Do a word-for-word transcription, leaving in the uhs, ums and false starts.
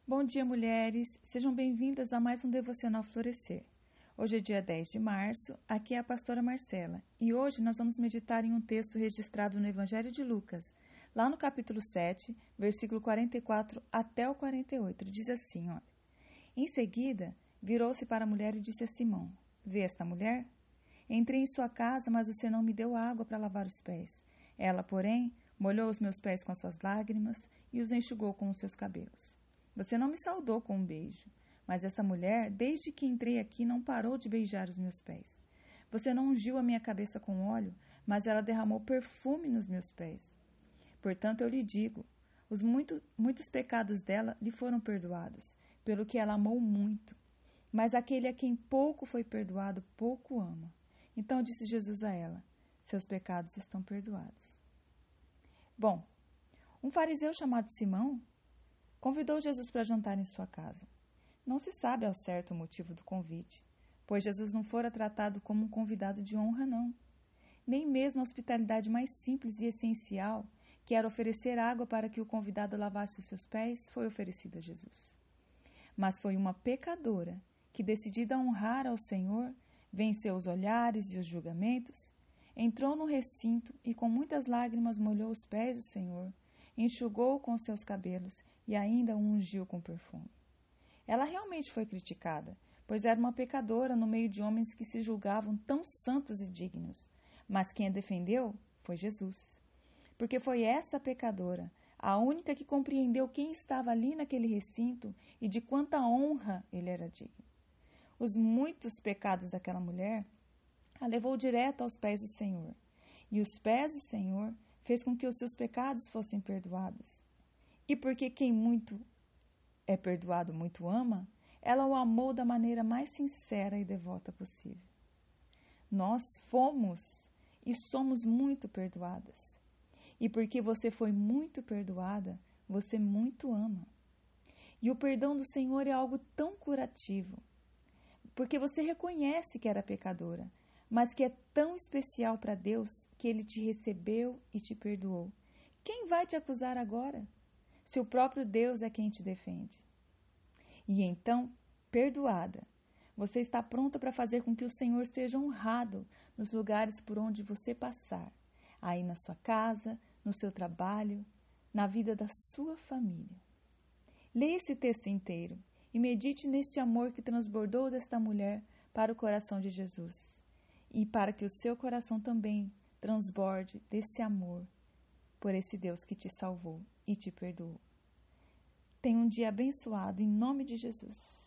Bom dia, mulheres! Sejam bem-vindas a mais um Devocional Florescer. Hoje é dia dez de março, aqui é a pastora Marcela, e hoje nós vamos meditar em um texto registrado no Evangelho de Lucas, lá no capítulo sete, versículo quarenta e quatro até o quarenta e oito. Diz assim, olha: Em seguida, virou-se para a mulher e disse a Simão: Vê esta mulher? Entrei em sua casa, mas você não me deu água para lavar os pés. Ela, porém, molhou os meus pés com as suas lágrimas e os enxugou com os seus cabelos. Você não me saudou com um beijo, mas essa mulher, desde que entrei aqui, não parou de beijar os meus pés. Você não ungiu a minha cabeça com óleo, mas ela derramou perfume nos meus pés. Portanto, eu lhe digo, os muito, muitos pecados dela lhe foram perdoados, pelo que ela amou muito. Mas aquele a quem pouco foi perdoado, pouco ama. Então disse Jesus a ela: seus pecados estão perdoados. Bom, um fariseu chamado Simão convidou Jesus para jantar em sua casa. Não se sabe ao certo o motivo do convite, pois Jesus não fora tratado como um convidado de honra, não. Nem mesmo a hospitalidade mais simples e essencial, que era oferecer água para que o convidado lavasse os seus pés, foi oferecida a Jesus. Mas foi uma pecadora que, decidida a honrar ao Senhor, venceu os olhares e os julgamentos, entrou no recinto e com muitas lágrimas molhou os pés do Senhor, enxugou com seus cabelos e ainda o ungiu com perfume. Ela realmente foi criticada, pois era uma pecadora no meio de homens que se julgavam tão santos e dignos. Mas quem a defendeu foi Jesus. Porque foi essa pecadora, a única que compreendeu quem estava ali naquele recinto e de quanta honra ele era digno. Os muitos pecados daquela mulher a levou direto aos pés do Senhor. E os pés do Senhor fez com que os seus pecados fossem perdoados. E porque quem muito é perdoado, muito ama, ela o amou da maneira mais sincera e devota possível. Nós fomos e somos muito perdoadas. E porque você foi muito perdoada, você muito ama. E o perdão do Senhor é algo tão curativo, porque você reconhece que era pecadora, mas que é tão especial para Deus que Ele te recebeu e te perdoou. Quem vai te acusar agora, se o próprio Deus é quem te defende? E então, perdoada, você está pronta para fazer com que o Senhor seja honrado nos lugares por onde você passar, aí na sua casa, no seu trabalho, na vida da sua família. Leia esse texto inteiro e medite neste amor que transbordou desta mulher para o coração de Jesus. E para que o seu coração também transborde desse amor por esse Deus que te salvou e te perdoou. Tenha um dia abençoado em nome de Jesus.